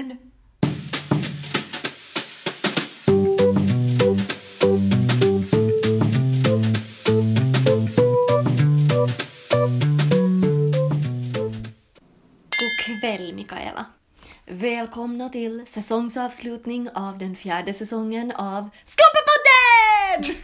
igen! God kväll, Mikaela. Välkomna till säsongsavslutning av den 4:e säsongen av Skåpepodden!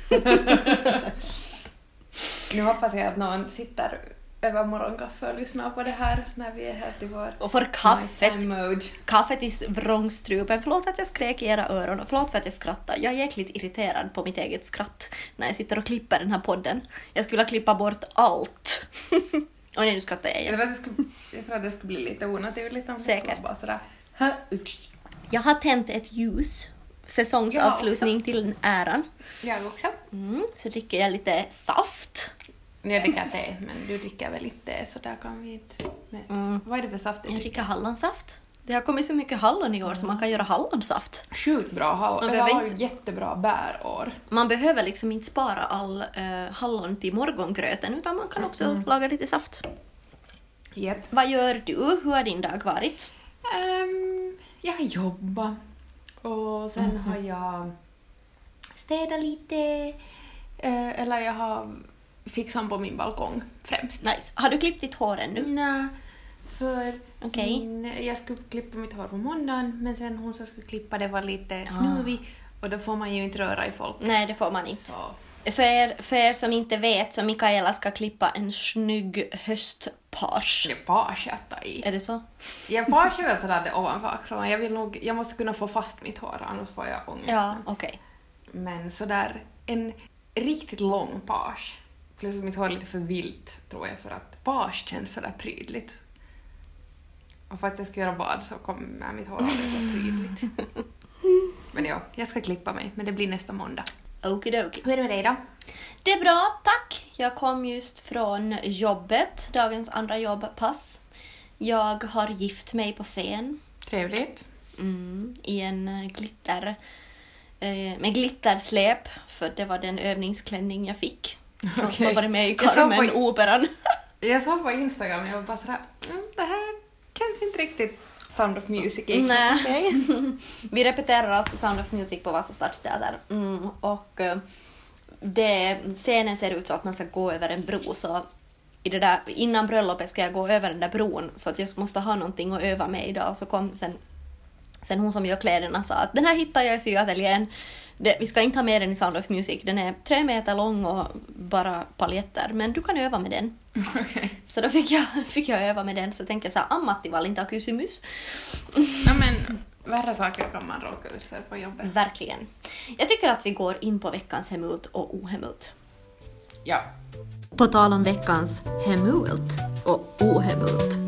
Nu hoppas jag att någon sitter över morgonkaffe och lyssnar på det här när vi är här till vår Och för kaffet i vrångstrupen. Förlåt att jag skrek i era öron och förlåt för att jag skrattade. Jag är jäkligt irriterad på mitt eget skratt när jag sitter och klipper den här podden. Jag skulle klippa bort allt. Och nu skrattar jag igen. Jag tror att det skulle bli lite onaturligt om Säkert. bara sådär. Jag har tänt ett ljus. Säsongsavslutning till den äran. Jag också. Så dricker jag lite saft. Jag dricker te, men du dricker väl inte så där kan vi inte mötas. Vad är det för saft du Jag dricker? dricker hallonsaft. Det har kommit så mycket hallon i år så man kan göra hallonsaft. Sjukt bra hallon. Man Jag behöver har inte- jättebra bärår. Man behöver liksom inte spara all hallon till morgongröten utan man kan också laga lite saft. Japp. Vad gör du? Hur har din dag varit? Jag har jobbat och sen har jag städat lite. Eller jag har fixat på min balkong främst. Nice. Har du klippt ditt hår ännu? Nej, för Okej. jag skulle klippa mitt hår på måndagen men sen hon som skulle klippa det var lite snuvig och då får man ju inte röra i folk. Nej, det får man inte. Så. För er som inte vet så Mikaela ska klippa en snygg höstpage. Jag page att ta i. Är det så? Jag page är väl sådär det ovanför axlarna. Jag måste kunna få fast mitt hår annars får jag ångest. Ja, okej. Men sådär en riktigt lång page. Plus att mitt hår är lite för vilt tror jag för att page känns sådär prydligt. Och för att jag ska göra bad så kommer mitt hår aldrig så prydligt. Men ja, jag ska klippa mig men det blir nästa måndag. Okidoki. Hur är det med dig då? Det är bra, tack. Jag kom just från jobbet, dagens andra jobbpass. Jag har gift mig på scen. Trevligt. I en med glittersläp, för det var den övningsklänning jag fick. Från som har varit med i Jag såg på- Carmen-operan. Jag såg på Instagram och jag var bara sådär, det här känns inte riktigt Sound of Music. Nej. Vi repeterar alltså Sound of Music på Vasa Stadsteater. Och scenen ser ut så att man ska gå över en bro. Så innan bröllopet ska jag gå över den där bron. Så att jag måste ha någonting att öva med idag. Och så kom sen hon som gör kläderna sa att den här hittar jag i syateljén. Vi ska inte ha med den i Sound of Music. Den är 3 meter lång och bara paljetter. Men du kan öva med den. Okay. Så då fick jag öva med den. Så tänkte jag så här, ammattival inte ha kysymys. Ja, men värre saker kan man råka ut för på jobbet. Verkligen. Jag tycker att vi går in på veckans hemult och ohemult. Ja. På tal om veckans hemult och ohemult.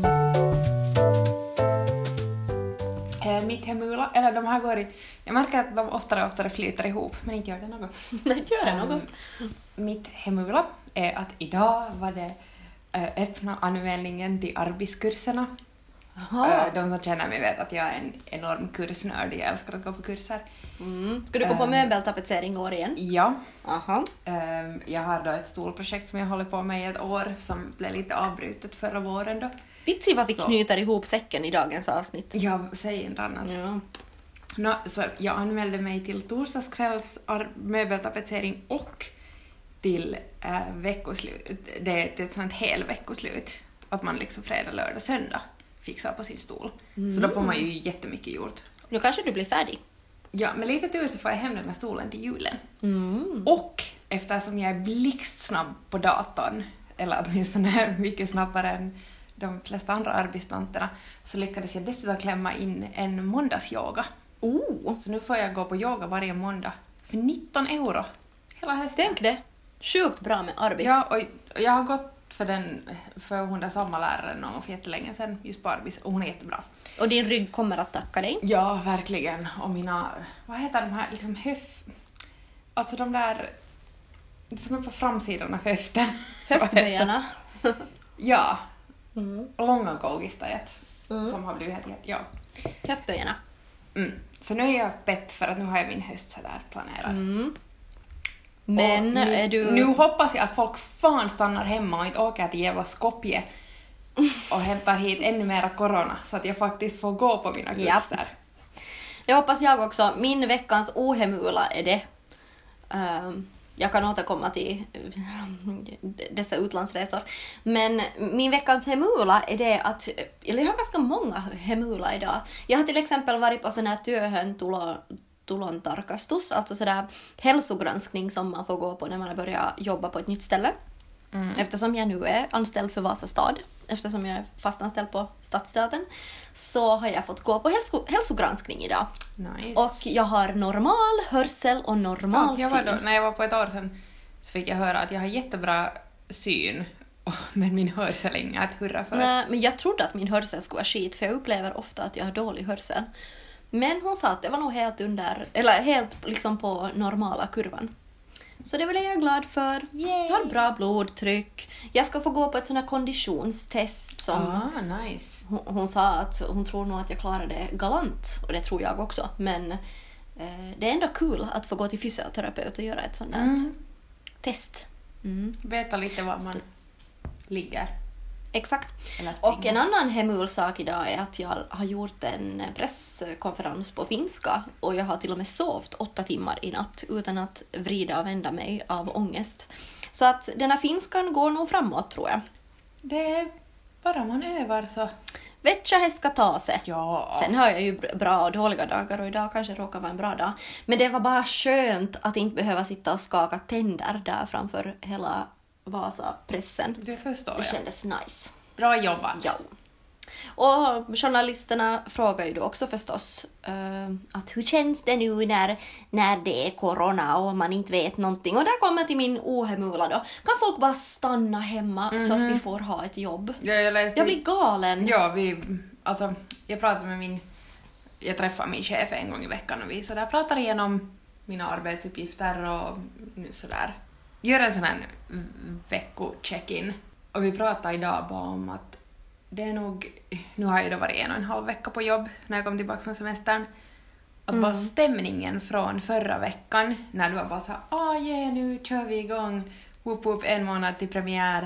Mitt hemula, eller de här går i... Jag märker att de oftare och oftare flyter ihop, men inte gör det något. Nej, gör det något. Mitt hemula är att idag var det öppna anmälningen till arbetskurserna. De som känner mig vet att jag är en enorm kursnörd. Jag älskar att gå på kurser. Ska du gå på möbeltapetsering i år igen? Ja. Aha. Jag har då ett stolprojekt som jag håller på med i ett år som blev lite avbrutet förra våren då. Vitsi vad vi Så. knyter ihop säcken i dagens avsnitt. Jag säger inte annat. Ja. Så jag anmälde mig till torsdagskvälls möbeltapetsering och till veckoslut. Det är ett sånt hel veckoslut. Att man liksom fredag, lördag, söndag fixar på sin stol. Så då får man ju jättemycket gjort. Nu kanske du blir färdig. Ja, med lite tur så får jag hem den här stolen till julen. Och eftersom jag är blixtsnabb på datorn, eller åtminstone mycket snabbare än de flesta andra arbetstanterna, så lyckades jag dessutom klämma in en måndagsyoga. Så nu får jag gå på yoga varje måndag för 19 euro hela hösten. Tänk det. Sjukt bra med arbets. Ja, och jag har gått för hon där sommarläraren någon gång för jättelänge sedan just på arbets, och hon är jättebra. Och din rygg kommer att tacka dig. Ja, verkligen. Och mina, vad heter de här liksom alltså de där som är på framsidan av höften. Höftböjarna. Ja. Och långa golgistajet som har blivit ja. Höftböjarna. Så nu är jag pepp för att nu har jag min höst så där planerad. Men är du... Nu hoppas jag att folk fan stannar hemma och inte åker till jävla Skopje och hämtar hit ännu mera corona så att jag faktiskt får gå på mina kurser. Det hoppas jag också. Min veckans ohemula är det. Jag kan återkomma till dessa utlandsresor. Men min veckans hemula är det att, eller jag har ganska många hemula idag. Jag har till exempel varit på sån här tulontarkastus, alltså sådär hälsogranskning som man får gå på när man börjar jobba på ett nytt ställe. Eftersom jag nu är anställd för Vasa stad, eftersom jag är fastanställd på Stadsteatern, så har jag fått gå på hälsogranskning idag. Nice. Och jag har normal hörsel och normal syn. När jag var på ett år sedan så fick jag höra att jag har jättebra syn, men min hörsel är inget att hurra för. Nej, men jag trodde att min hörsel skulle vara skit, för jag upplever ofta att jag har dålig hörsel. Men hon sa att det var nog helt liksom på normala kurvan. Så det blev jag glad för. Yay. Jag har bra blodtryck. Jag ska få gå på ett sånt här konditionstest som Nice. hon sa att hon tror nog att jag klarar det galant. Och det tror jag också. Men det är ändå kul att få gå till fysioterapeut och göra ett sånt här test. Veta lite var man ligger. Exakt. Eller Och en annan hemul sak idag är att jag har gjort en presskonferens på finska och jag har till och med sovt 8 timmar i natt utan att vrida och vända mig av ångest. Så att den här finskan går nog framåt, tror jag. Det är bara man övar så. Vetcha ska ta sig. Ja. Sen har jag ju bra och dåliga dagar och idag kanske råkar vara en bra dag. Men det var bara skönt att inte behöva sitta och skaka tänder där framför hela Vasa-pressen. Det förstår Det jag. kändes nice. Bra jobbat. Ja. Och journalisterna frågar ju då också förstås att hur känns det nu när det är corona och man inte vet någonting. Och där kommer till min ohemula då. Kan folk bara stanna hemma så att vi får ha ett jobb? Ja, jag blir galen. Ja, jag träffar min chef en gång i veckan och vi så där pratar igenom mina arbetsuppgifter och nu sådär. Gör en sån här vecko-check-in. Och vi pratar idag bara om att det är nog, nu har jag då varit 1,5 vecka på jobb när jag kom tillbaka från semestern. Att bara stämningen från förra veckan, när det var bara såhär, nu kör vi igång, whoop whoop, 1 månad till premiär.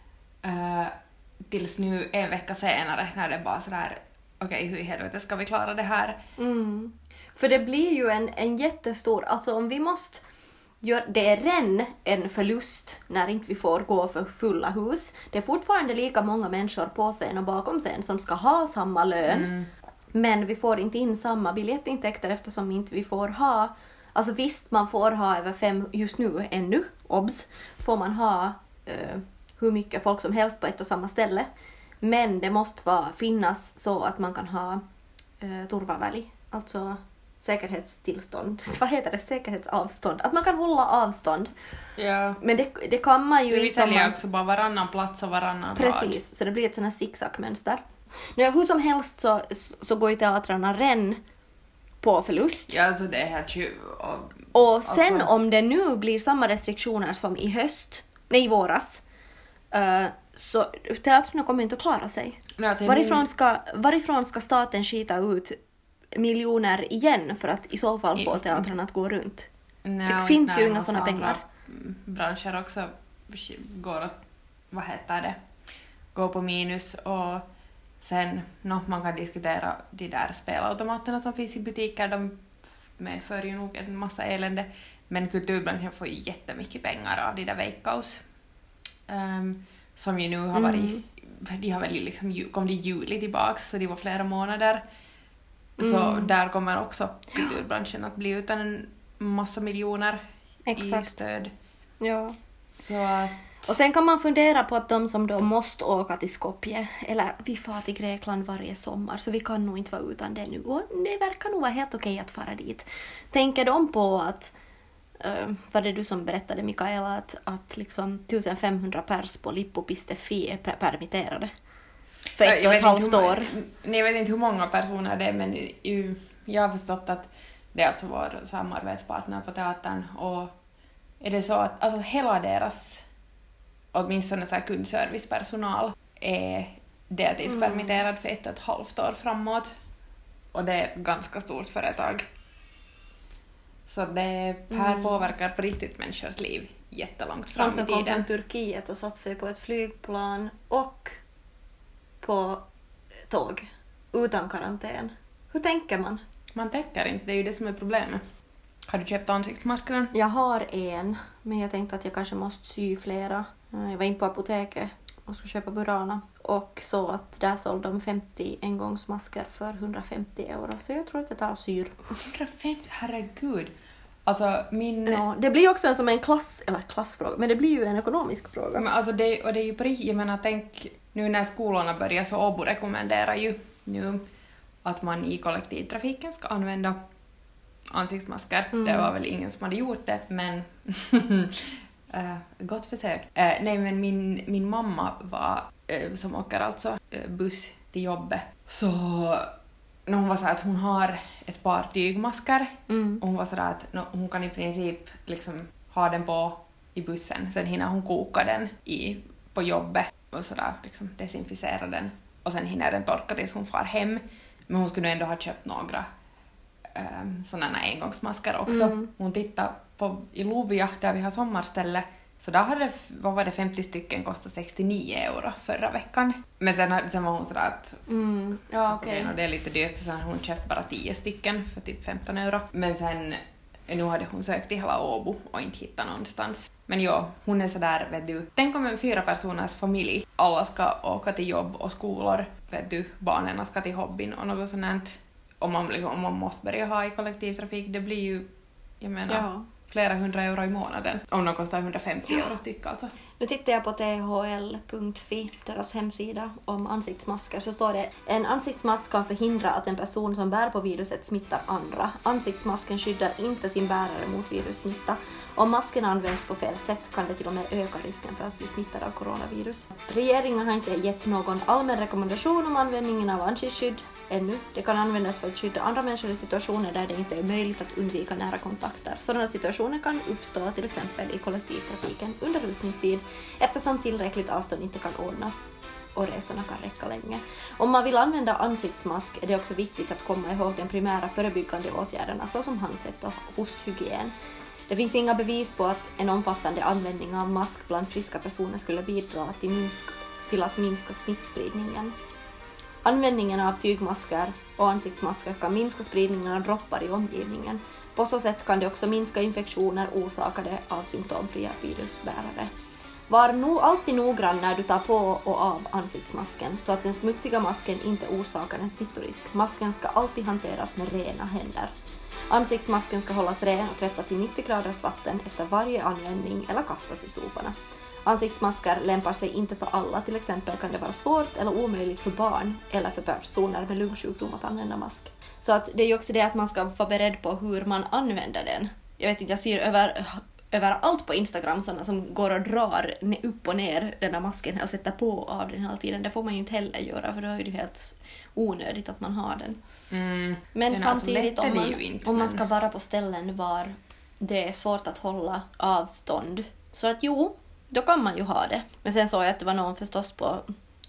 Tills nu 1 vecka senare, när det bara sådär, okej, hur i helvete ska vi klara det här? För det blir ju en jättestor, alltså om vi måste det är en förlust när inte vi får gå för fulla hus. Det är fortfarande lika många människor på scen och bakom scen som ska ha samma lön. Men vi får inte in samma biljettintäkter eftersom inte vi får ha... Alltså visst, man får ha över 5 just nu ännu, obs. Får man ha hur mycket folk som helst på ett och samma ställe. Men det måste finnas så att man kan ha turvaväli. Alltså... säkerhetstillstånd. Vad heter det? Säkerhetsavstånd. Att man kan hålla avstånd. Ja. Men det kan man ju vi inte. Vi också bara varannan plats och varannan rad. Precis, så det blir ett sånt här zigzag-mönster. Hur som helst så går ju teatrarna redan på förlust. Ja, alltså det är helt och sen om det nu blir samma restriktioner som i våras, så teatrarna kommer inte att klara sig. Varifrån ska staten skita ut miljoner igen för att i så fall få teatrarna att gå runt? Det finns ju inga sådana pengar. Branscher också går att, går på minus och sen, man kan diskutera de där spelautomaterna som finns i butiker, de medför ju nog en massa elände, men kulturbranschen får ju jättemycket pengar av de där Veikkaus som ju nu har varit, de har väl liksom kom i juli tillbaks så det var flera månader. Så där kommer också kulturbranschen att bli utan en massa miljoner i stöd. Ja. Så att... Och sen kan man fundera på att de som då måste åka till Skopje, eller vi far till Grekland varje sommar, så vi kan nog inte vara utan det nu. Och det verkar nog vara helt okej att fara dit. Tänker de på att, var det du som berättade, Mikaela, att liksom 1500 pers på Lippo.fi är permitterade? För 1,5 år. Jag vet inte hur många personer det är, men jag har förstått att det är alltså vår samarbetspartner på teatern. Och är det så att alltså hela deras, åtminstone så här kundservicepersonal, är deltidspermitterad för 1,5 år framåt. Och det är ett ganska stort företag. Så det här påverkar på riktigt människors liv jättelångt fram i tiden. De som kom från Turkiet och satt sig på ett flygplan och på tåg utan karantän. Hur tänker man? Man täcker inte, det är ju det som är problemet. Har du köpt ansiktsmaskerna? Jag har en, men jag tänkte att jag kanske måste sy flera. Jag var in på apoteket och skulle köpa Burana. Och så att där sålde de 50 engångsmasker för 150 euro. Så jag tror att jag tar och syr. 150, herregud. Alltså Ja, det blir ju också som en klassfråga, men det blir ju en ekonomisk fråga. Men alltså det är ju på riktigt, jag menar tänk nu när skolorna börjar så Åbo rekommenderar ju nu att man i kollektivtrafiken ska använda ansiktsmasker. Det var väl ingen som hade gjort det, men gott försök. Nej, men min mamma var, som åker alltså buss till jobbet, så när hon var så att hon har ett par tygmasker och hon var så att hon kan i princip liksom ha den på i bussen, sen hinner hon koka den på jobbet och sådär liksom desinficera den och sen hinner den torka tills hon far hem, men hon skulle ändå ha köpt några sådana engångsmasker också. Hon tittade på i Lovia där vi har sommarställe, så där hade vad var det 50 stycken kostade 69 euro förra veckan. Men sen var hon sådär att ja, okay. Det är lite dyrt, så hon köpte bara 10 stycken för typ 15 euro. Men sen nu hade hon sökt i hela Åbo och inte hittat någonstans. Men ja, hon är sådär, vet du, tänk om en 4 personers familj, alla ska åka till jobb och skolor, vet du, barnen ska till hobbyn och något sånt. Om man måste börja ha i kollektivtrafik, det blir ju, jag menar, flera 100 euro i månaden. Om de kostar 150 euro styck alltså. Nu tittar jag på thl.fi, deras hemsida om ansiktsmasker, så står det: en ansiktsmask kan förhindra att en person som bär på viruset smittar andra. Ansiktsmasken skyddar inte sin bärare mot virussmitta. Om masken används på fel sätt kan det till och med öka risken för att bli smittad av coronavirus. Regeringen har inte gett någon allmän rekommendation om användningen av ansiktsskydd ännu. Det kan användas för att skydda andra människor i situationer där det inte är möjligt att undvika nära kontakter. Sådana situationer kan uppstå till exempel i kollektivtrafiken under rusningstid, eftersom tillräckligt avstånd inte kan ordnas och resorna kan räcka länge. Om man vill använda ansiktsmask är det också viktigt att komma ihåg den primära förebyggande åtgärderna såsom handtvätt och hosthygien. Det finns inga bevis på att en omfattande användning av mask bland friska personer skulle bidra till att minska smittspridningen. Användningen av tygmasker och ansiktsmasker kan minska spridningen av droppar i omgivningen. På så sätt kan det också minska infektioner orsakade av symptomfria virusbärare. Var alltid noggrann när du tar på och av ansiktsmasken så att den smutsiga masken inte orsakar en smittorisk. Masken ska alltid hanteras med rena händer. Ansiktsmasken ska hållas ren och tvättas i 90 graders vatten efter varje användning eller kastas i soporna. Ansiktsmasker lämpar sig inte för alla, till exempel kan det vara svårt eller omöjligt för barn eller för personer med lungsjukdom att använda mask. Så att det är ju också det att man ska vara beredd på hur man använder den. Jag vet inte, jag ser överallt på Instagram sådana som går och drar upp och ner den här masken och sätter på av den hela tiden. Det får man ju inte heller göra, för då är det helt onödigt att man har den. Men samtidigt om man ska vara på ställen var det är svårt att hålla avstånd, så att då kan man ju ha det. Men sen såg jag att det var någon förstås på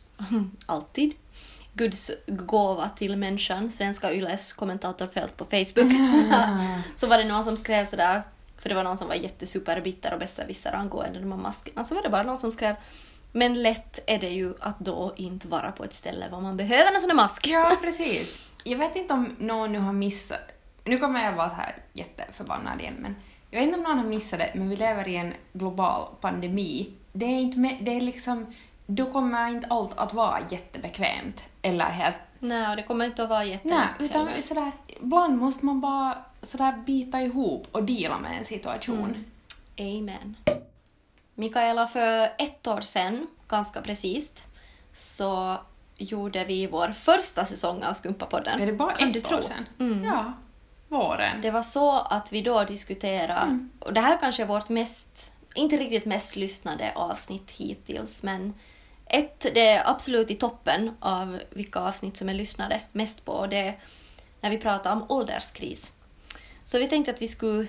alltid Guds gåva till människan, Svenska Yles kommentatorfält på Facebook. Så var det någon som skrev sådär, för det var någon som var jättesuperbitter och besserwisser angående de här maskerna. Så var det bara någon som skrev: men lätt är det ju att då inte vara på ett ställe var man behöver en sån här mask. Ja, precis. Jag vet inte om någon nu har missat. Nu kommer jag vara så här jätteförbannad igen, men jag vet inte om någon har missat det, men vi lever i en global pandemi. Det är liksom, då kommer inte allt att vara jättebekvämt eller helt. Nej, det kommer inte att vara jättelätt. Nej, utan sådär, ibland måste man bara sådär bita ihop och dela med en situation. Amen. Mikaela, för 1 år sedan, ganska precis, så gjorde vi vår första säsong av Skumpapodden. Är det bara 1 år sedan? Ja, våren. Det var så att vi då diskuterade, och det här kanske är vårt inte riktigt mest lyssnade avsnitt hittills, men det är absolut i toppen av vilka avsnitt som är lyssnade mest på, och det är när vi pratar om ålderskris. Så vi tänkte att vi skulle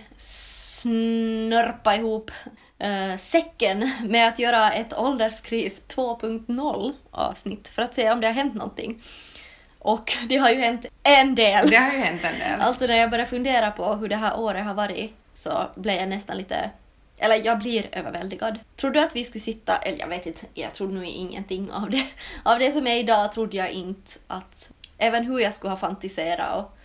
snörpa ihop säcken med att göra ett ålderskris 2.0 avsnitt för att se om det har hänt någonting. Och det har ju hänt en del. Det har ju hänt en del. Alltså när jag började fundera på hur det här året har varit, så blev jag nästan lite... Eller jag blir överväldigad. Tror du att vi skulle sitta... Eller jag vet inte, jag tror nog ingenting av det. Av det som är idag trodde jag inte att... Även hur jag skulle ha fantiserat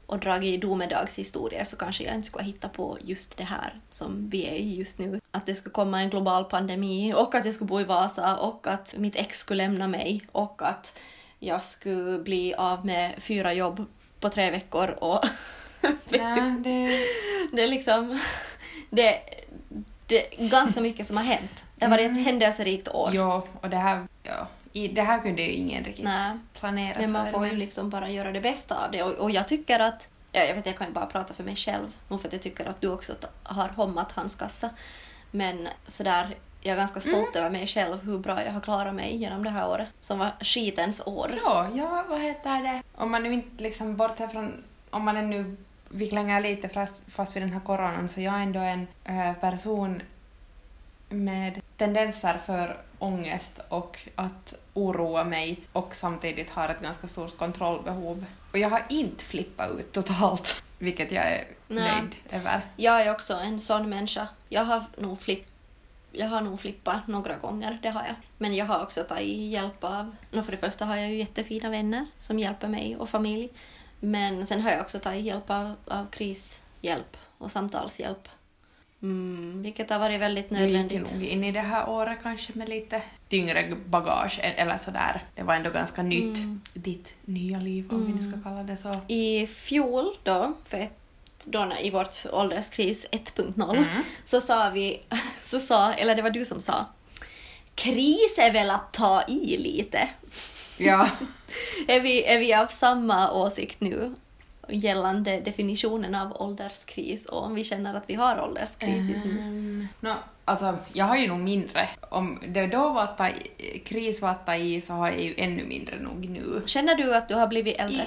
och dragit domedagshistorier så kanske jag inte skulle hitta på just det här som vi är i just nu. Att det skulle komma en global pandemi och att jag skulle bo i Vasa och att mitt ex skulle lämna mig och att jag skulle bli av med 4 jobb på 3 veckor och det är liksom det är ganska mycket som har hänt. Det har varit ett händelserikt år. Ja, och det här kunde ju ingen riktigt planera för. Men man får ju liksom bara göra det bästa av det. Och jag tycker att, jag kan ju bara prata för mig själv. Nog för att jag tycker att du också har hommat hans kassa. Men sådär, jag är ganska stolt över mig själv hur bra jag har klarat mig genom det här året. Som var skitens år. Ja, vad heter det? Om man nu inte liksom bortsett från, om man ännu vicklar lite fast vid den här coronan, så jag är ändå en person med tendenser för ångest och att oroa mig och samtidigt har ett ganska stort kontrollbehov. Och jag har inte flippat ut totalt, vilket jag är nöjd över. Jag är också en sån människa. Jag har nog flippat några gånger, det har jag. Men jag har också tagit hjälp av, för det första har jag ju jättefina vänner som hjälper mig och familj. Men sen har jag också tagit hjälp av krishjälp och samtalshjälp. Vilket har varit väldigt nödvändigt. Vi gick nog in i det här året kanske med lite tyngre bagage eller sådär. Det var ändå ganska nytt. Ditt nya liv, om vi nu ska kalla det så. I fjol då, i vårt ålderskris 1.0 så sa, eller det var du som sa, kris är väl att ta i lite. Ja. Är vi av samma åsikt nu gällande definitionen av ålderskris och om vi känner att vi har ålderskris just nu? Alltså, jag har ju nog mindre. Om det då var kris var att ta i, så har jag ju ännu mindre nog nu. Känner du att du har blivit äldre?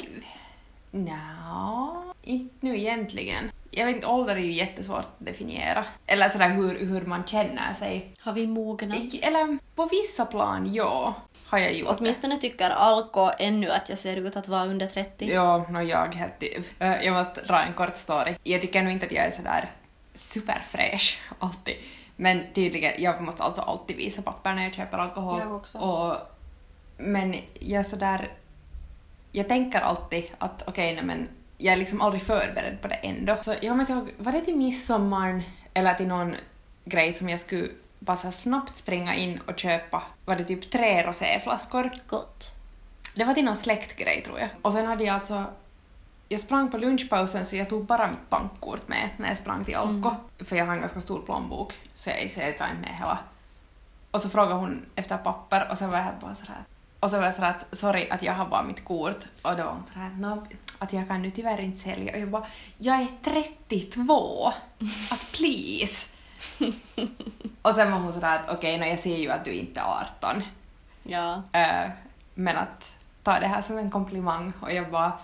Inte nu egentligen. Jag vet inte, ålder är ju jättesvårt att definiera. Eller sådär hur man känner sig. Har vi mognat? Eller på vissa plan, ja. Har jag gjort. Åtminstone tycker Alko ännu att jag ser ut att vara under 30. Ja, jag helt jag måste dra en kort story. Jag tycker nog inte att jag är sådär superfräsch alltid. Men tydligen, jag måste alltså alltid visa papper när jag köper alkohol. Jag också. Men jag tänker alltid att men jag är liksom aldrig förberedd på det ändå. Så jag kommer inte ihåg, var det till midsommar eller till någon grej som jag skulle bara så snabbt springa in och köpa, var det typ 3 roséflaskor. Gott. Det var till någon släktgrej tror jag. Och sen hade jag sprang på lunchpausen så jag tog bara mitt bankkort med när jag sprang till Alko. För jag har en ganska stor plånbok så jag tar inte med hela. Och så frågade hon efter papper och sen var jag bara sådär. Och så var jag sådär att sorry att jag har bara mitt kort. Och då var hon sådär att jag kan nu tyvärr inte sälja. Och jag bara, jag är 32. Att please. Och sen var hon sådär att okej, jag ser ju att du inte är 18. Ja. Men att ta det här som en komplimang. Och jag bara...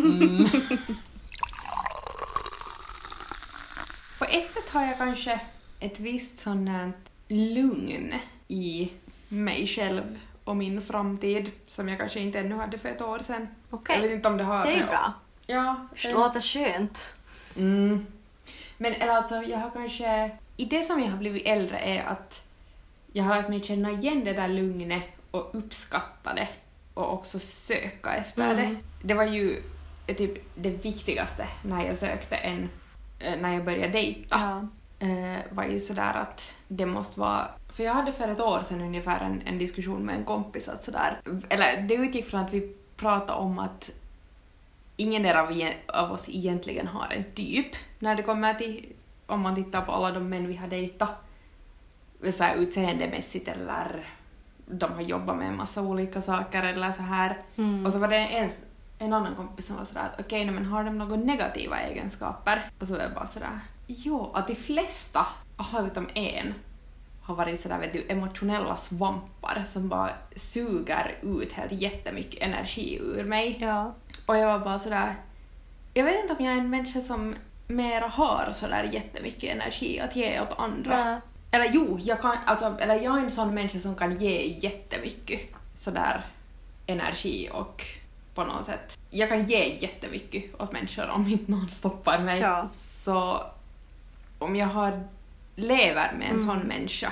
På ett sätt har jag kanske ett visst sånt lugn i mig själv och min framtid som jag kanske inte ännu hade för ett år sedan. Okej. Jag vet inte om det har... Det är bra. Ja. Det låter skönt. Men eller alltså, jag har kanske... I det som jag har blivit äldre är att jag har lärt mig känna igen det där lugnet och uppskatta det och också söka efter det. Det var ju typ det viktigaste när jag sökte när jag började dejta. Var ju sådär att det måste vara... För jag hade för ett år sedan ungefär en diskussion med en kompis att sådär... Eller det utgick från att vi pratade om att ingen av oss egentligen har en typ när det kommer till... Om man tittar på alla de män vi har dejtat. Så här utseendemässigt eller de har jobbat med en massa olika saker eller så här. Och så var det en annan kompis som var sådär att okej, men har de några negativa egenskaper? Och så var jag bara sådär, jo, att de flesta, utom en, har varit sådär, vet du, emotionella svampar som bara suger ut helt jättemycket energi ur mig. Ja. Och jag var bara sådär, jag vet inte om jag är en människa som mera har sådär jättemycket energi att ge åt andra. Ja. Eller jo, jag är en sån människa som kan ge jättemycket sådär energi och på något sätt. Jag kan ge jättemycket åt människor om inte någon stoppar mig. Ja. Så om jag lever med en sån människa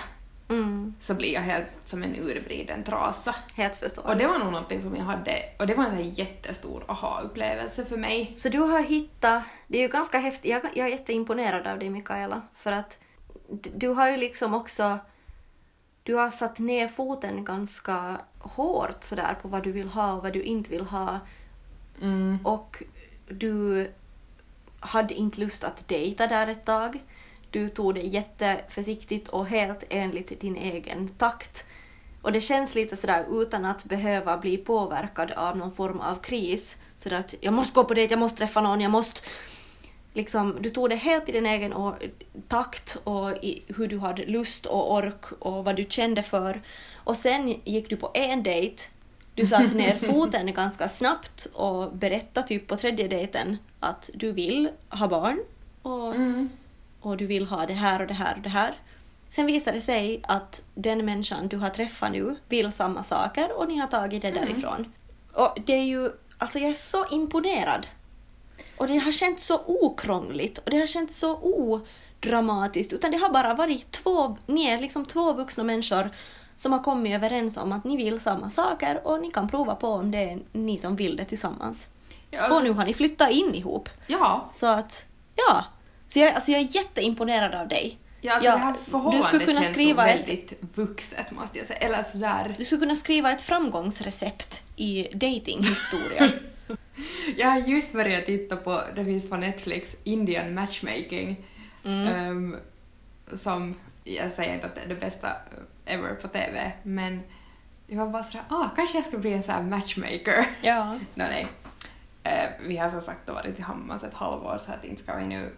så blir jag helt som en urvriden trasa. Helt förståeligt. Och det var nog någonting som jag hade, och det var en sån här jättestor aha-upplevelse för mig. Så du har hittat, det är ju ganska häftigt, jag är jätteimponerad av dig Mikaela, för att du har ju liksom också, du har satt ner foten ganska hårt sådär på vad du vill ha och vad du inte vill ha. Och du hade inte lust att dejta där ett tag. Du tog det jätteförsiktigt och helt enligt din egen takt. Och det känns lite sådär utan att behöva bli påverkad av någon form av kris. Sådär att jag måste gå på dejt, jag måste träffa någon, jag måste... Liksom, du tog det helt i din egen takt och i hur du hade lust och ork och vad du kände för. Och sen gick du på en dejt. Du satte ner foten ganska snabbt och berättade typ på tredje dejten att du vill ha barn och du vill ha det här och det här och det här. Sen visade det sig att den människan du har träffat nu vill samma saker och ni har tagit det därifrån. Och det är ju, alltså jag är så imponerad. Och det har känts så okrångligt och det har känts så odramatiskt, utan det har bara varit ni är liksom två vuxna människor som har kommit överens om att ni vill samma saker och ni kan prova på om det är ni som vill det tillsammans. Ja, alltså, och nu har ni flyttat in ihop. Ja. Så att, ja. Så jag är jätteimponerad av dig. Ja, alltså det här förhållandet känns så väldigt vuxet, måste jag säga. Eller sådär. Du skulle kunna skriva ett framgångsrecept i datinghistoria. Jag har just börjat titta på, det finns på Netflix, Indian Matchmaking. Som, jag säger inte att det är det bästa ever på TV, men jag var bara sådär, kanske jag ska bli en sån här matchmaker. Ja. Nej. Vi har som sagt varit tillsammans ett halvår, så att inte ska vi nu...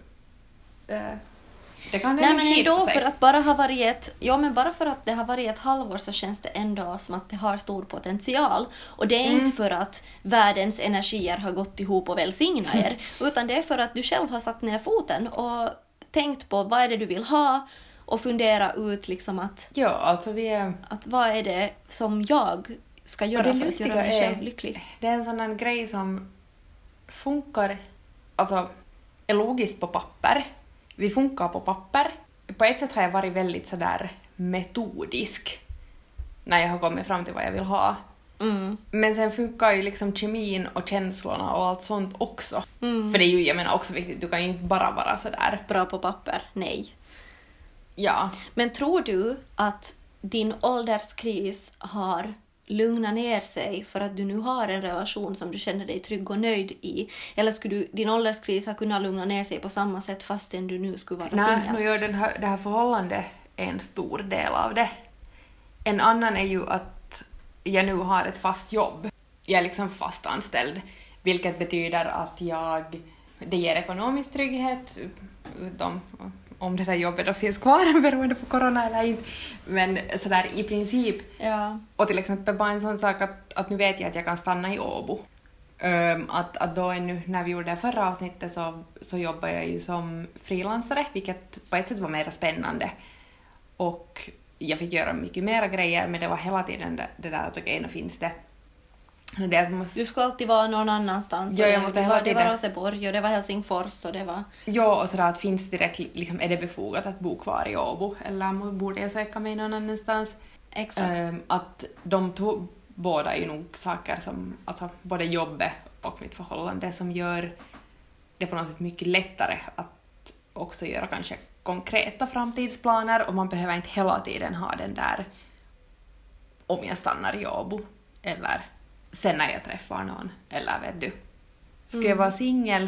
Det kan det. Nej, men ändå för att bara ha varit bara för att det har varit ett halvår så känns det ändå som att det har stor potential. Och det är inte för att världens energier har gått ihop och välsignat er, utan det är för att du själv har satt ner foten och tänkt på vad är det du vill ha och fundera ut liksom att... Ja, alltså att vad är det som jag ska göra för att göra mig själv lycklig? Det är en sån här grej som funkar, alltså är logiskt på papper. Vi funkar på papper. På ett sätt har jag varit väldigt sådär metodisk när jag har kommit fram till vad jag vill ha. Men sen funkar ju liksom kemin och känslorna och allt sånt också. För det är ju, jag menar, också viktigt, du kan ju inte bara vara sådär bra på papper, nej. Ja. Men tror du att din ålderskris har lugnat ner sig för att du nu har en relation som du känner dig trygg och nöjd i? Eller skulle din ålderskris ha kunnat lugna ner sig på samma sätt fastän du nu skulle vara singel? Nej, nu gör det här förhållandet en stor del av det. En annan är ju att jag nu har ett fast jobb. Jag är liksom fast anställd, vilket betyder att det ger ekonomisk trygghet, utom om det där jobbet då finns kvar beroende på corona eller inte. Men sådär i princip. Ja. Och till exempel bara en sån sak att nu vet jag att jag kan stanna i Åbo. Att då ännu, när vi gjorde det förra avsnittet så jobbade jag ju som frilansare, vilket på ett sätt var mer spännande. Och jag fick göra mycket mera grejer, men det var hela tiden det där att okej, nu finns det. Du ska alltid vara någon annanstans. Ja, det var Göteborg och det var Helsingfors och det var... Ja, och sådär att finns det direkt, liksom, är det befogat att bo kvar i Åbo eller borde jag söka mig någon annanstans? Exakt. Att de båda är ju nog saker som, alltså både jobbet och mitt förhållande, som gör det på något sätt mycket lättare att också göra kanske konkreta framtidsplaner, och man behöver inte hela tiden ha den där om jag stannar i Åbo eller sen när jag träffar någon, eller vet du. Skulle jag vara singel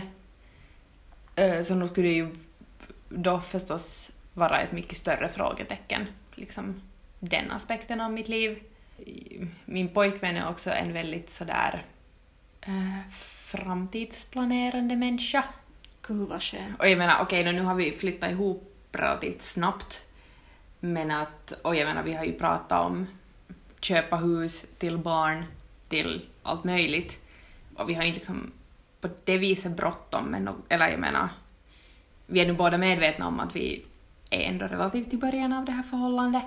så nog skulle det ju då förstås vara ett mycket större frågetecken, liksom den aspekten av mitt liv. Min pojkvän är också en väldigt sådär framtidsplanerande människa. Gud vad skönt. Och jag menar, okej, nu har vi flyttat ihop relativt snabbt, men och jag menar, vi har ju pratat om köpa hus till barn, till allt möjligt. Och vi har inte liksom på det viset bråttom, eller jag menar, vi är nu båda medvetna om att vi är ändå relativt i början av det här förhållandet.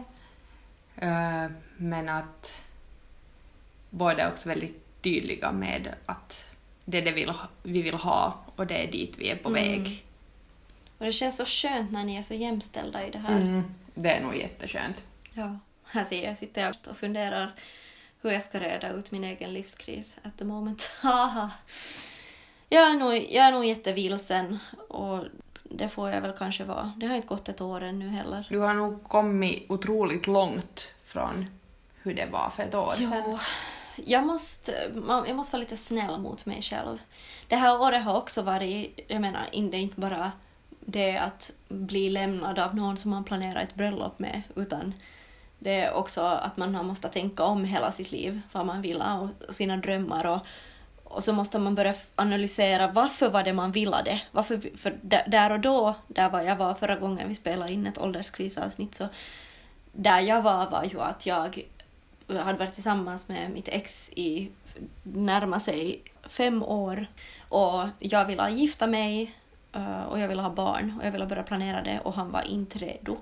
Men att båda är också väldigt tydliga med att det är det vi vill ha och det är dit vi är på väg. Och det känns så skönt när ni är så jämställda i det här. Det är nog jätteskönt. Ja, här sitter jag och funderar hur jag ska reda ut min egen livskris at the moment. Haha. Jag är nog jättevilsen och det får jag väl kanske vara. Det har inte gått ett år ännu heller. Du har nog kommit otroligt långt från hur det var för ett år sedan. Jo, jag måste vara lite snäll mot mig själv. Det här året har också varit, jag menar, det är inte bara det att bli lämnad av någon som man planerar ett bröllop med, utan det är också att man måste tänka om hela sitt liv, vad man vill och sina drömmar och så måste man börja analysera varför var det man ville det. För där och då, där var jag var förra gången vi spelade in ett ålderskrisavsnitt, så där jag var ju att jag hade varit tillsammans med mitt ex i närma sig 5 år och jag ville gifta mig och jag ville ha barn och jag ville börja planera det och han var inte redo.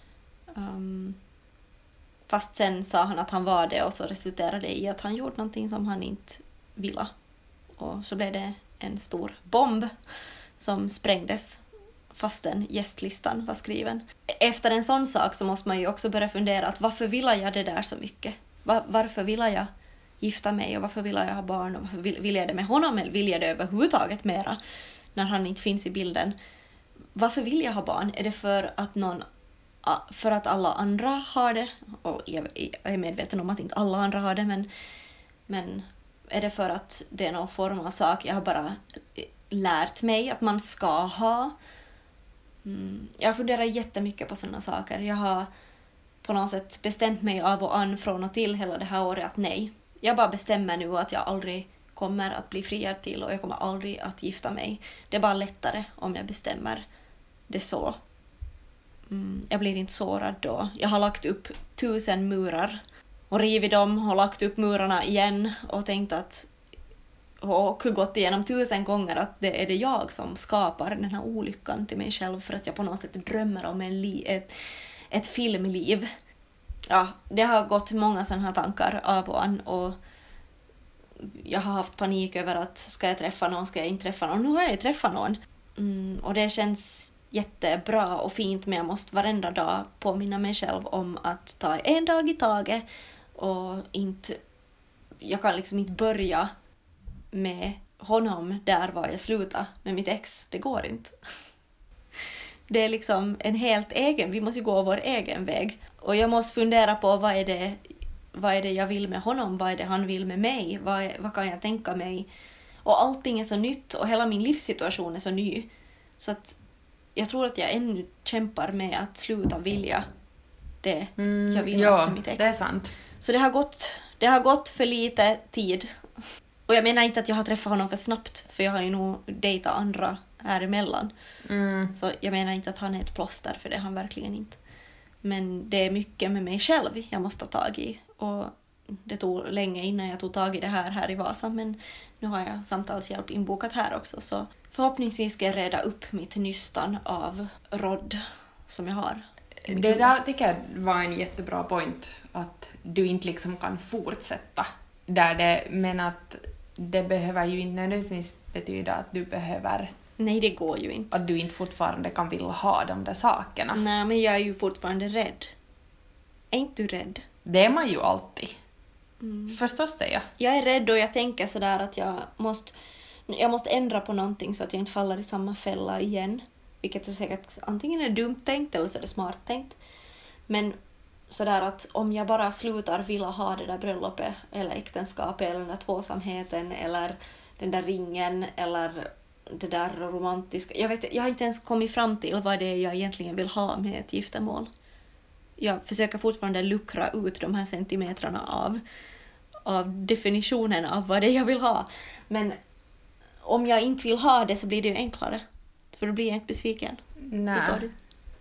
Fast sen sa han att han var det och så resulterade det i att han gjorde någonting som han inte ville. Och så blev det en stor bomb som sprängdes fastän gästlistan var skriven. Efter en sån sak så måste man ju också börja fundera att varför ville jag det där så mycket? Varför ville jag gifta mig och varför ville jag ha barn och varför vill jag det med honom eller vill jag det överhuvudtaget mera när han inte finns i bilden? Varför vill jag ha barn? Är det för att alla andra har det? Och jag är medveten om att inte alla andra har det, men är det för att det är någon form av sak jag har bara lärt mig att man ska ha? Jag funderar jättemycket på sådana saker. Jag har på något sätt bestämt mig av och an från och till hela det här året att nej. Jag bara bestämmer nu att jag aldrig kommer att bli friad till och jag kommer aldrig att gifta mig. Det är bara lättare om jag bestämmer det så. Jag blir inte sårad då. Jag har lagt upp 1000 murar och rivit dem och lagt upp murarna igen och tänkt att och gått igenom 1000 gånger att det är det jag som skapar den här olyckan till mig själv för att jag på något sätt drömmer om ett filmliv. Ja, det har gått många sådana här tankar av och an och jag har haft panik över att ska jag träffa någon, ska jag inte träffa någon. Nu har jag ju träffat någon. Och det känns jättebra och fint, men jag måste varenda dag påminna mig själv om att ta en dag i taget och jag kan liksom inte börja med honom där var jag slutade med mitt ex. Det går inte. Det är liksom en helt egen, vi måste gå vår egen väg. Och jag måste fundera på vad är det jag vill med honom, vad är det han vill med mig, vad kan jag tänka mig. Och allting är så nytt och hela min livssituation är så ny. Så att jag tror att jag ännu kämpar med att sluta vilja det jag vill med mitt ex. Det är sant. Så det har gått för lite tid. Och jag menar inte att jag har träffat honom för snabbt, för jag har ju nog dejtat andra här emellan. Så jag menar inte att han är ett plåster, för det är han verkligen inte. Men det är mycket med mig själv jag måste ta tag i. Och det tog länge innan jag tog tag i det här i Vasa, men nu har jag samtalshjälp inbokat här också. Så förhoppningsvis ska jag reda upp mitt nystan av råd som jag har. Det där tycker jag var en jättebra point, att du inte liksom kan fortsätta där det, men att det behöver ju inte nödvändigtvis betyda att du behöver. Nej, det går ju inte. Att du inte fortfarande kan vilja ha de där sakerna. Nej, men jag är ju fortfarande rädd. Är inte du rädd? Det är man ju alltid. Förstås det, ja. Jag är rädd och jag tänker sådär att jag måste ändra på någonting så att jag inte faller i samma fälla igen. Vilket är säkert antingen är dumt tänkt eller så är det smart tänkt. Men sådär att om jag bara slutar vilja ha det där bröllopet eller äktenskapet eller den där tvåsamheten eller den där ringen eller det där romantiska. Jag har inte ens kommit fram till vad det är jag egentligen vill ha med ett giftermål. Jag försöker fortfarande luckra ut de här centimetrarna av definitionen av vad det är jag vill ha. Men om jag inte vill ha det så blir det ju enklare. För då blir jag inte besviken. Nej. Förstår du?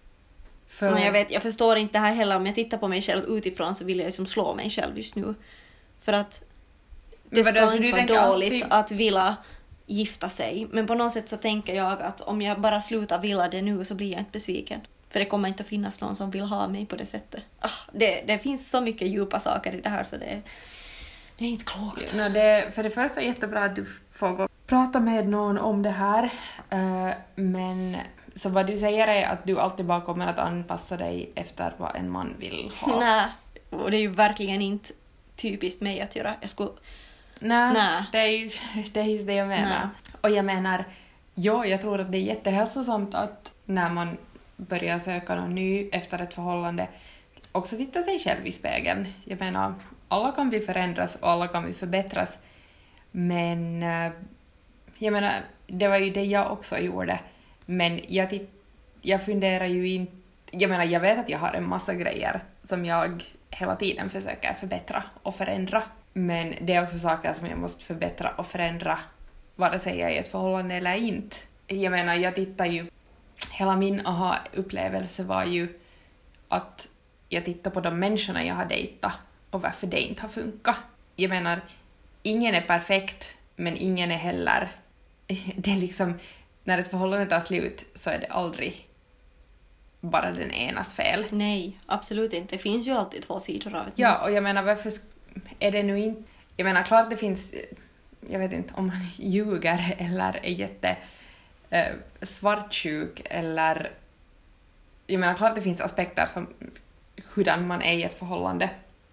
Nej, jag förstår inte det här heller. Om jag tittar på mig själv utifrån så vill jag liksom slå mig själv just nu. För att det ska inte vara dåligt att vilja gifta sig. Men på något sätt så tänker jag att om jag bara slutar vilja det nu så blir jag inte besviken. För det kommer inte att finnas någon som vill ha mig på det sättet. Det finns så mycket djupa saker i det här så det är inte klokt. För det första är jättebra att du får gå och prata med någon om det här. Men Så vad du säger är att du alltid bara kommer att anpassa dig efter vad en man vill ha. Nej, och det är ju verkligen inte typiskt mig att göra. Jag skulle... Nej. Det är just det jag menar. Nej. Och jag menar, jag tror att det är jättehälsosamt att när man börjar söka någon ny efter ett förhållande också titta sig själv i spegeln. Jag menar, alla kan vi förändras och alla kan vi förbättras. Men jag menar, det var ju det jag också gjorde. Men jag funderar ju inte... Jag menar, jag vet att jag har en massa grejer som jag hela tiden försöker förbättra och förändra. Men det är också saker som jag måste förbättra och förändra vare sig jag är i ett förhållande eller inte. Jag menar, jag tittar ju... Hela min aha-upplevelse var ju att jag tittar på de människorna jag har dejtat och varför det inte har funkat. Jag menar, ingen är perfekt, men ingen är heller... Det är liksom... När ett förhållande tar slut så är det aldrig bara den enas fel. Nej, absolut inte. Det finns ju alltid två sidor av ett Ja, mynt. och jag menar, varför är det nu inte... Jag menar, klart det finns... Jag vet inte om man ljuger eller är jätte svartsjuk eller... Jag menar, klart det finns aspekter som hurdan man är i ett förhållande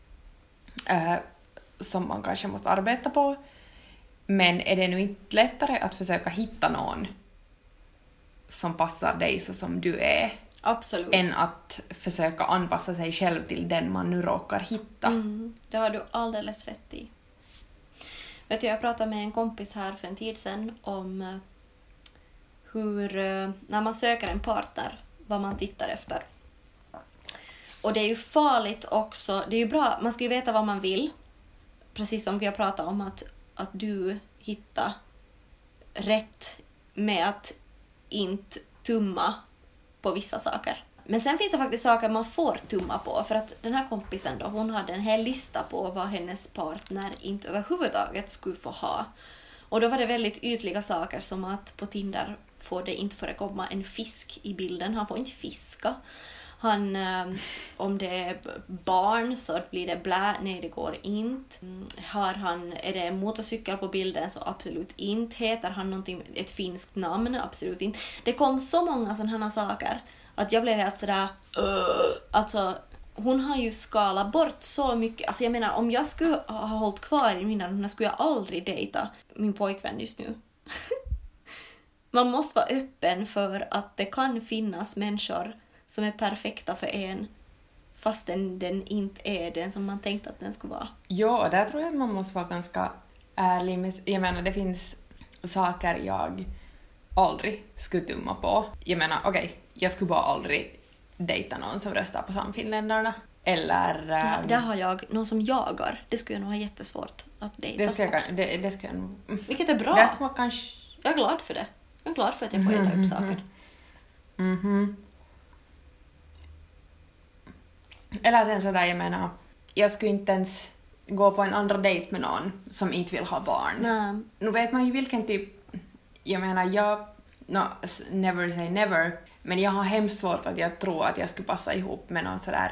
som man kanske måste arbeta på. Men är det nu inte lättare att försöka hitta någon som passar dig så som du är? Absolut. Än att försöka anpassa sig själv till den man nu råkar hitta. Det har du alldeles rätt i. Vet du, jag pratade med en kompis här för en tid sedan om hur, när man söker en partner, vad man tittar efter. Och det är ju farligt också. Det är ju bra, man ska ju veta vad man vill. Precis som vi har pratat om att du hittar rätt med att inte tumma på vissa saker. Men sen finns det faktiskt saker man får tumma på. För att den här kompisen då, hon hade en hel lista på vad hennes partner inte överhuvudtaget skulle få ha. Och då var det väldigt ytliga saker som att på Tinder får det inte förekomma en fisk i bilden. Han får inte fiska. Han, om det är barn så blir det blä, nej det går inte. Är det en motorcykel på bilden så absolut inte. Heter han någonting, ett finskt namn, absolut inte. Det kom så många sådana saker att jag blev helt sådär, alltså hon har ju skalat bort så mycket. Alltså jag menar, om jag skulle ha hållit kvar i mina, skulle jag aldrig dejta min pojkvän just nu. Man måste vara öppen för att det kan finnas människor som är perfekta för en fastän den inte är den som man tänkt att den skulle vara. Ja, där tror jag att man måste vara ganska ärlig med, jag menar, det finns saker jag aldrig skulle tumma på. Jag menar, okej, jag skulle bara aldrig dejta någon som röstar på Samfinländarna. Eller... Där har jag någon som jagar. Det skulle jag nog ha jättesvårt att dejta. Det ska jag nog... Vilket är bra. Det var kanske... Jag är glad för det. Jag är glad för att jag får äta upp saker. Eller sen sådär, jag menar, jag skulle inte ens gå på en andra dejt med någon som inte vill ha barn. Nej. Nu vet man ju vilken typ, jag menar, never say never, men jag har hemskt svårt att jag tror att jag skulle passa ihop med någon sådär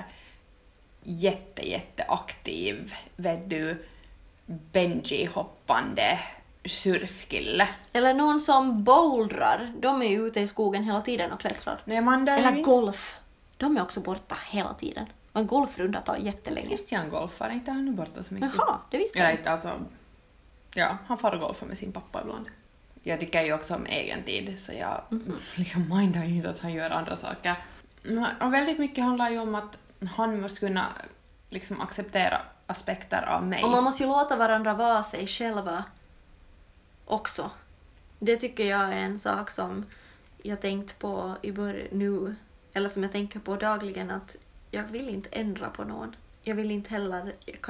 jätteaktiv, vet du, bungee-hoppande surfkille. Eller någon som bouldrar. De är ju ute i skogen hela tiden och klättrar. Nej, man där eller golf. De är också borta hela tiden. Och en golfrunda tar jättelänge. Christian golfar, inte han nu borta så mycket. Jaha, det visste jag jag inte. Alltså, ja, han far och golfar med sin pappa ibland. Jag tycker ju också om egen tid, så jag liksom mindar inte att han gör andra saker. Och väldigt mycket handlar ju om att han måste kunna liksom acceptera aspekter av mig. Och man måste ju låta varandra vara sig själva också. Det tycker jag är en sak som jag tänkt på nu, eller som jag tänker på dagligen, att jag vill inte ändra på någon. Jag vill inte heller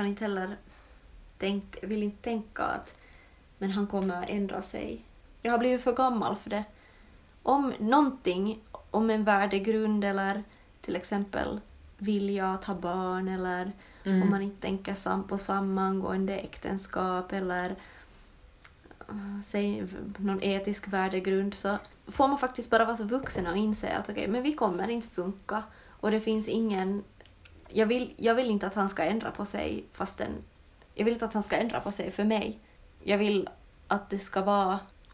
tänka att men han kommer att ändra sig. Jag har blivit för gammal för det. Om någonting, om en värdegrund eller till exempel vilja att ha barn eller om man inte tänker på samangående äktenskap eller säg någon etisk värdegrund, så får man faktiskt bara vara så vuxen och inse att okej, men vi kommer inte funka och det finns ingen... Jag vill inte att han ska ändra på sig jag vill inte att han ska ändra på sig för mig. Jag vill att det ska vara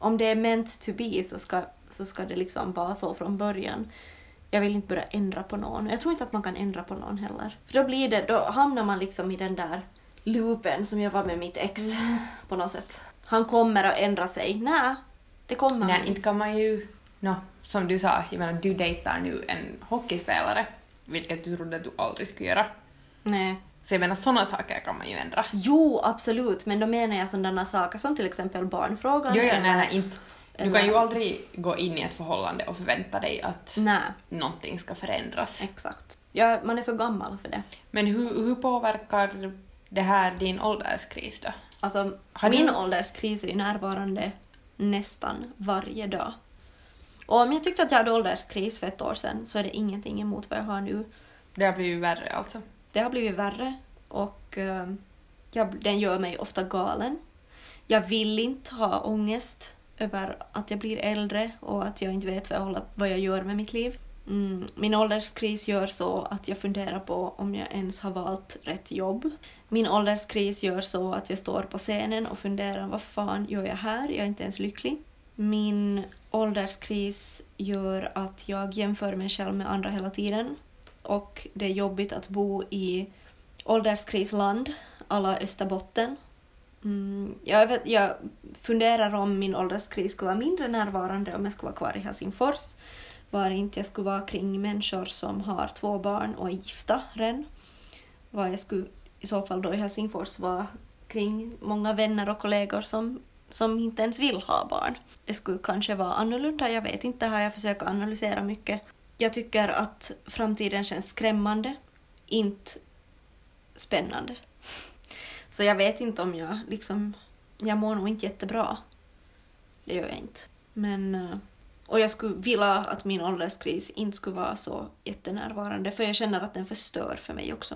om det är meant to be så ska det liksom vara så från början. Jag vill inte börja ändra på någon. Jag tror inte att man kan ändra på någon heller. För då hamnar man liksom i den där loopen som jag var med mitt ex på något sätt. Han kommer att ändra sig. Nej, det kommer han inte kan man ju... som du sa, jag menar, du dejtar nu en hockeyspelare, vilket du trodde att du aldrig skulle göra. Nej. Så jag menar, sådana saker kan man ju ändra. Jo, absolut. Men då menar jag sådana saker som till exempel barnfrågan. Nej, inte. Du kan ju aldrig gå in i ett förhållande och förvänta dig att någonting ska förändras. Exakt. Ja, man är för gammal för det. Men hur påverkar det här din ålderskris då? Alltså, min ålderskris är ju närvarande nästan varje dag. Och om jag tyckte att jag hade ålderskris för ett år sedan så är det ingenting emot vad jag har nu. Det har blivit värre alltså? Det har blivit värre och den gör mig ofta galen. Jag vill inte ha ångest över att jag blir äldre och att jag inte vet vad jag gör med mitt liv. Min ålderskris gör så att jag funderar på om jag ens har valt rätt jobb. Min ålderskris gör så att jag står på scenen och funderar, vad fan gör jag här? Jag är inte ens lycklig. Min ålderskris gör att jag jämför mig själv med andra hela tiden. Och det är jobbigt att bo i ålderskrisland, alla Österbotten. Jag funderar om min ålderskris skulle vara mindre närvarande om jag skulle vara kvar i Helsingfors. Var inte jag skulle vara kring människor som har 2 barn och är gifta redan. Var jag skulle i så fall då i Helsingfors vara kring många vänner och kollegor som inte ens vill ha barn. Det skulle kanske vara annorlunda, jag vet inte, har jag försökt analysera mycket. Jag tycker att framtiden känns skrämmande, inte spännande. Så jag vet inte om jag mår nog inte jättebra. Det gör jag inte. Och jag skulle vilja att min ålderskris inte skulle vara så jättenärvarande, för jag känner att den förstör för mig också.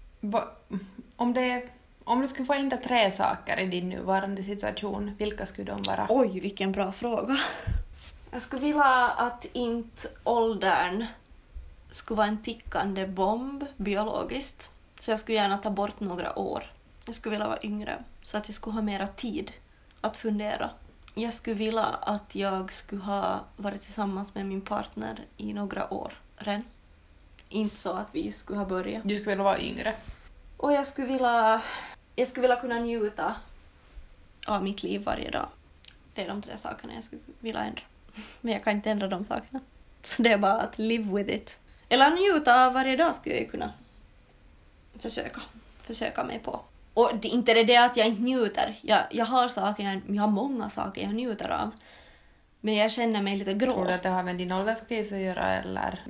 Om du skulle få ändra 3 saker i din nuvarande situation, vilka skulle de vara? Oj, vilken bra fråga. Jag skulle vilja att inte åldern skulle vara en tickande bomb biologiskt. Så jag skulle gärna ta bort några år. Jag skulle vilja vara yngre så att jag skulle ha mera tid att fundera. Jag skulle vilja att jag skulle ha varit tillsammans med min partner i några år redan. Inte så att vi skulle ha börjat. Du skulle vilja vara yngre. Och jag skulle vilja kunna njuta av mitt liv varje dag. Det är de 3 sakerna jag skulle vilja ändra. Men jag kan inte ändra de sakerna. Så det är bara att live with it. Eller njuta av varje dag skulle jag kunna försöka mig på. Och inte det att jag inte njuter. Jag har många saker jag njuter av. Men jag känner mig lite grå. Tror du att det har med din ålderskris att göra eller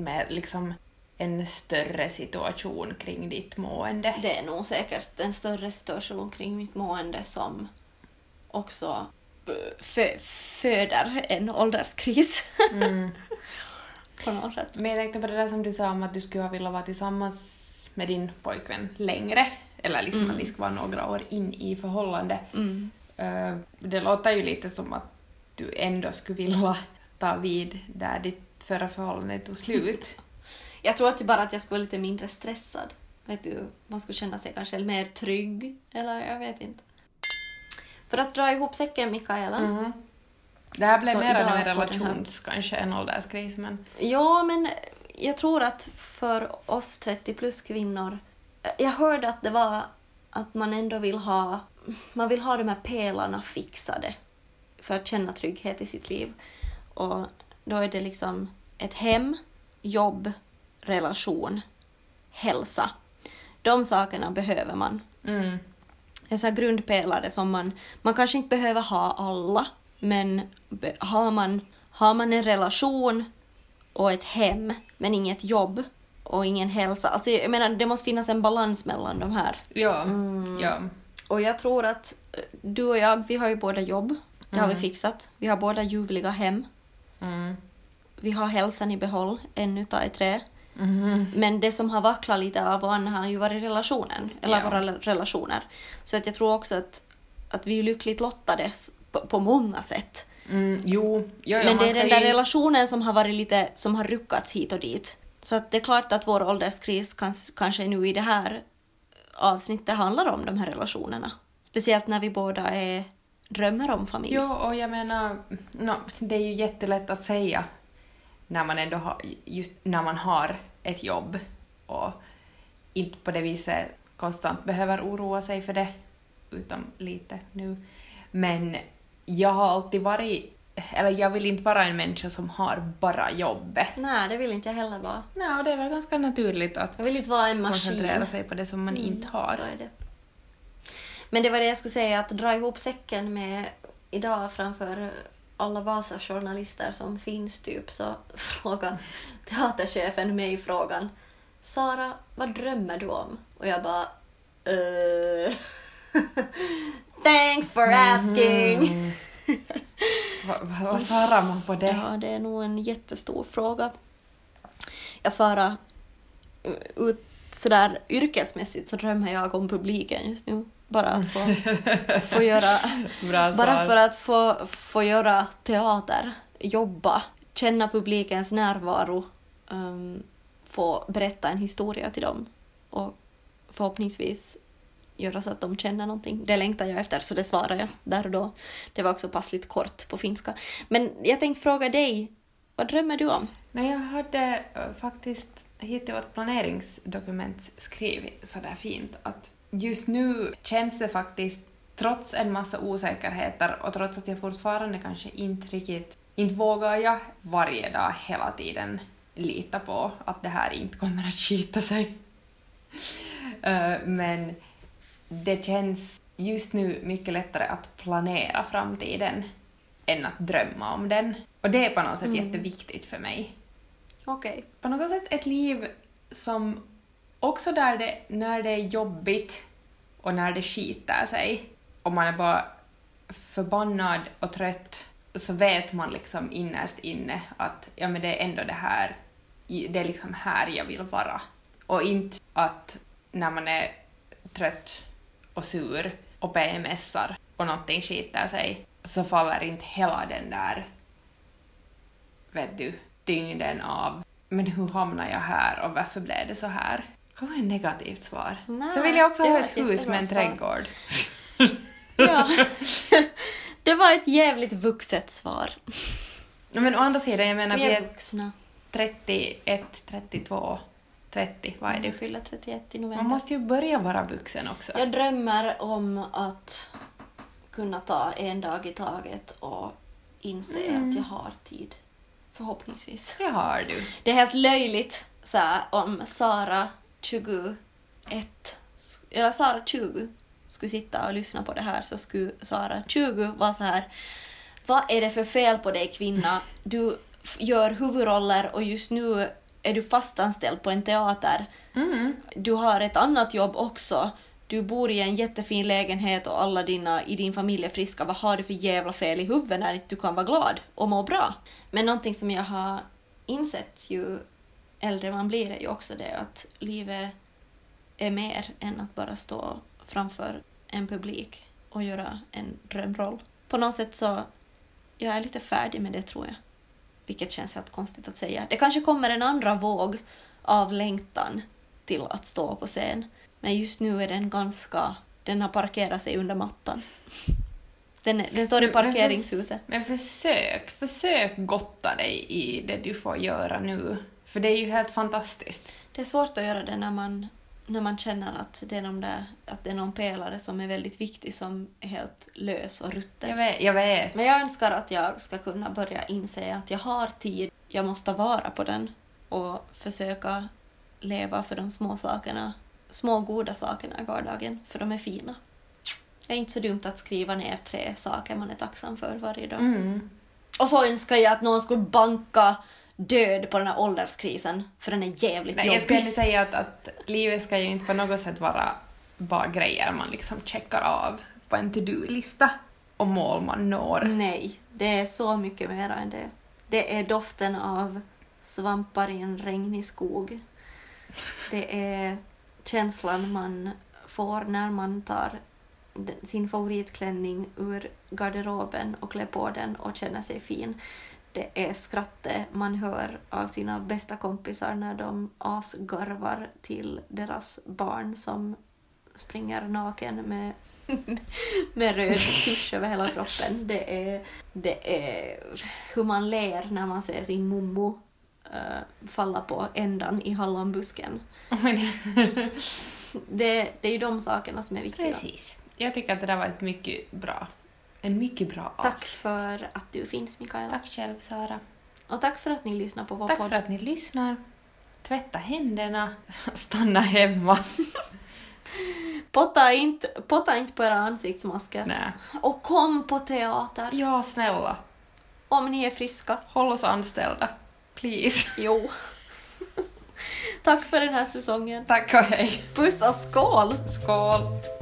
en större situation kring ditt mående? Det är nog säkert en större situation kring mitt mående som också föder en ålderskris. På något sätt. Men jag tänkte på det där som du sa om att du skulle vilja vara tillsammans med din pojkvän längre. Eller att ni ska vara några år in i förhållande. Det låter ju lite som att du ändå skulle vilja ta vid där ditt förra förhållande tog slut. Jag tror att jag skulle vara lite mindre stressad. Vet du, man skulle känna sig kanske mer trygg. Eller jag vet inte. För att dra ihop säcken, Mikaela. Det här blev mer en relations kanske en ålderskris. Men... Ja, men jag tror att för oss 30 plus kvinnor. Jag hörde att det var att man ändå vill ha de här pelarna fixade. För att känna trygghet i sitt liv. Och då är det liksom ett hem, jobb, relation, hälsa. De sakerna behöver man. En sån här grundpelare som man kanske inte behöver ha alla. Men har man en relation och ett hem men inget jobb och ingen hälsa. Alltså jag menar, det måste finnas en balans mellan de här. Ja. Och jag tror att du och jag, vi har ju båda jobb. Det har vi fixat. Vi har båda ljuvliga hem. Vi har hälsan i behåll, en utav 3. Men det som har vacklat lite av och Anna har ju varit relationen. Eller våra relationer. Så att jag tror också att vi är lyckligt lottade på många sätt. Men det är den där relationen som har varit lite, som har ruckats hit och dit. Så att det är klart att vår ålderskris kanske nu i det här avsnittet handlar om de här relationerna. Speciellt när vi båda är drömmer om familj. Jo, och jag menar, det är ju jättelätt att säga när man ändå har, just när man har ett jobb och inte på det viset konstant behöver oroa sig för det, utom lite nu. Men jag har alltid varit, eller jag vill inte vara en människa som har bara jobbet. Nej, det vill inte jag heller vara. Nej, och det är väl ganska naturligt att jag vill inte vara en maskin. Koncentrera sig på det som man inte har. Så är det. Men det var det jag skulle säga, att dra ihop säcken med idag framför alla Vasa-journalister som finns typ, så fråga teaterchefen mig frågan: Sara, vad drömmer du om? Och jag bara thanks for asking. Vad svarar man på det? Ja, det är nog en jättestor fråga. Jag svarar ut sådär yrkesmässigt, så drömmer jag om publiken just nu. Bara att få göra bara för att få göra teater, jobba, känna publikens närvaro, få berätta en historia till dem och förhoppningsvis göra så att de känner någonting. Det längtar jag efter, så det svarar jag där och då. Det var också passligt kort på finska. Men jag tänkte fråga dig, vad drömmer du om? Nej, jag hade faktiskt hit i vårt planeringsdokument skrivit så där fint att just nu känns det faktiskt, trots en massa osäkerheter och trots att jag fortfarande kanske inte vågar jag varje dag hela tiden lita på att det här inte kommer att skita sig. Men det känns just nu mycket lättare att planera framtiden än att drömma om den. Och det är på något sätt jätteviktigt för mig. Okej. På något sätt ett liv som också när det är jobbigt och när det skitar sig och man är bara förbannad och trött, så vet man liksom innerst inne att ja, men det är ändå det är liksom här jag vill vara. Och inte att när man är trött och sur och PMSar och någonting skitar sig, så faller inte hela den där, vet du, tyngden av men hur hamnar jag här och varför blev det så här? Det var ett negativt svar. Nej, så vill jag också ha ett ett hus med en trädgård. Ja. Det var ett jävligt vuxet svar. Men å andra sidan, jag menar vi är vuxna. 31, 32, 30, vad är det? Jag fyller 31 i november. Man måste ju börja vara vuxen också. Jag drömmer om att kunna ta en dag i taget och inse att jag har tid. Förhoppningsvis. Det har du. Det är helt löjligt så här, om Sara 21 eller Sara 20 skulle sitta och lyssna på det här, så skulle Sara 20 vara så här: vad är det för fel på dig, kvinna? Du gör huvudroller och just nu är du fastanställd på en teater. Du har ett annat jobb också. Du bor i en jättefin lägenhet och alla i din familj är friska. Vad har du för jävla fel i huvudet när du kan vara glad och må bra? Men någonting som jag har insett ju äldre man blir är ju också det att livet är mer än att bara stå framför en publik och göra en drömroll. På något sätt så jag är lite färdig med det, tror jag. Vilket känns helt konstigt att säga. Det kanske kommer en andra våg av längtan till att stå på scen. Men just nu är den har parkerat sig under mattan. Den står i parkeringshuset. Men försök gotta dig i det du får göra nu. För det är ju helt fantastiskt. Det är svårt att göra det när man känner att det är någon pelare som är väldigt viktig som är helt lös och rutten. Jag vet. Men jag önskar att jag ska kunna börja inse att jag har tid. Jag måste vara på den och försöka leva för de små sakerna. Små goda sakerna i vardagen, för de är fina. Det är inte så dumt att skriva ner 3 saker man är tacksam för varje dag. Och så önskar jag att någon skulle banka död på den här ålderskrisen, för den är jävligt jobbig. Jag skulle säga att livet ska ju inte på något sätt vara bara grejer man liksom checkar av på en to-do-lista och mål man når. Nej, det är så mycket mer än det. Det är doften av svampar i en regnig skog. Det är känslan man får när man tar sin favoritklänning ur garderoben och klär på den och känner sig fin. Det är skrattet man hör av sina bästa kompisar när de asgarvar till deras barn som springer naken med med röd tusch över hela kroppen. Det är hur man ler när man ser sin mommo falla på ändan i hallonbusken. Det är ju de sakerna som är viktiga. Precis. Jag tycker att det där var en mycket bra avsnitt. Tack för att du finns, Mikaela. Tack själv, Sara. Och tack för att ni lyssnar på vår Tack podd. för att ni lyssnar. Tvätta händerna. Stanna hemma. Potta inte på era ansiktsmasker. Nej. Och kom på teater. Ja, snälla. Om ni är friska. Håll oss anställda. Please. Jo. Tack för den här säsongen. Tack och hej. Puss och skål! Skål.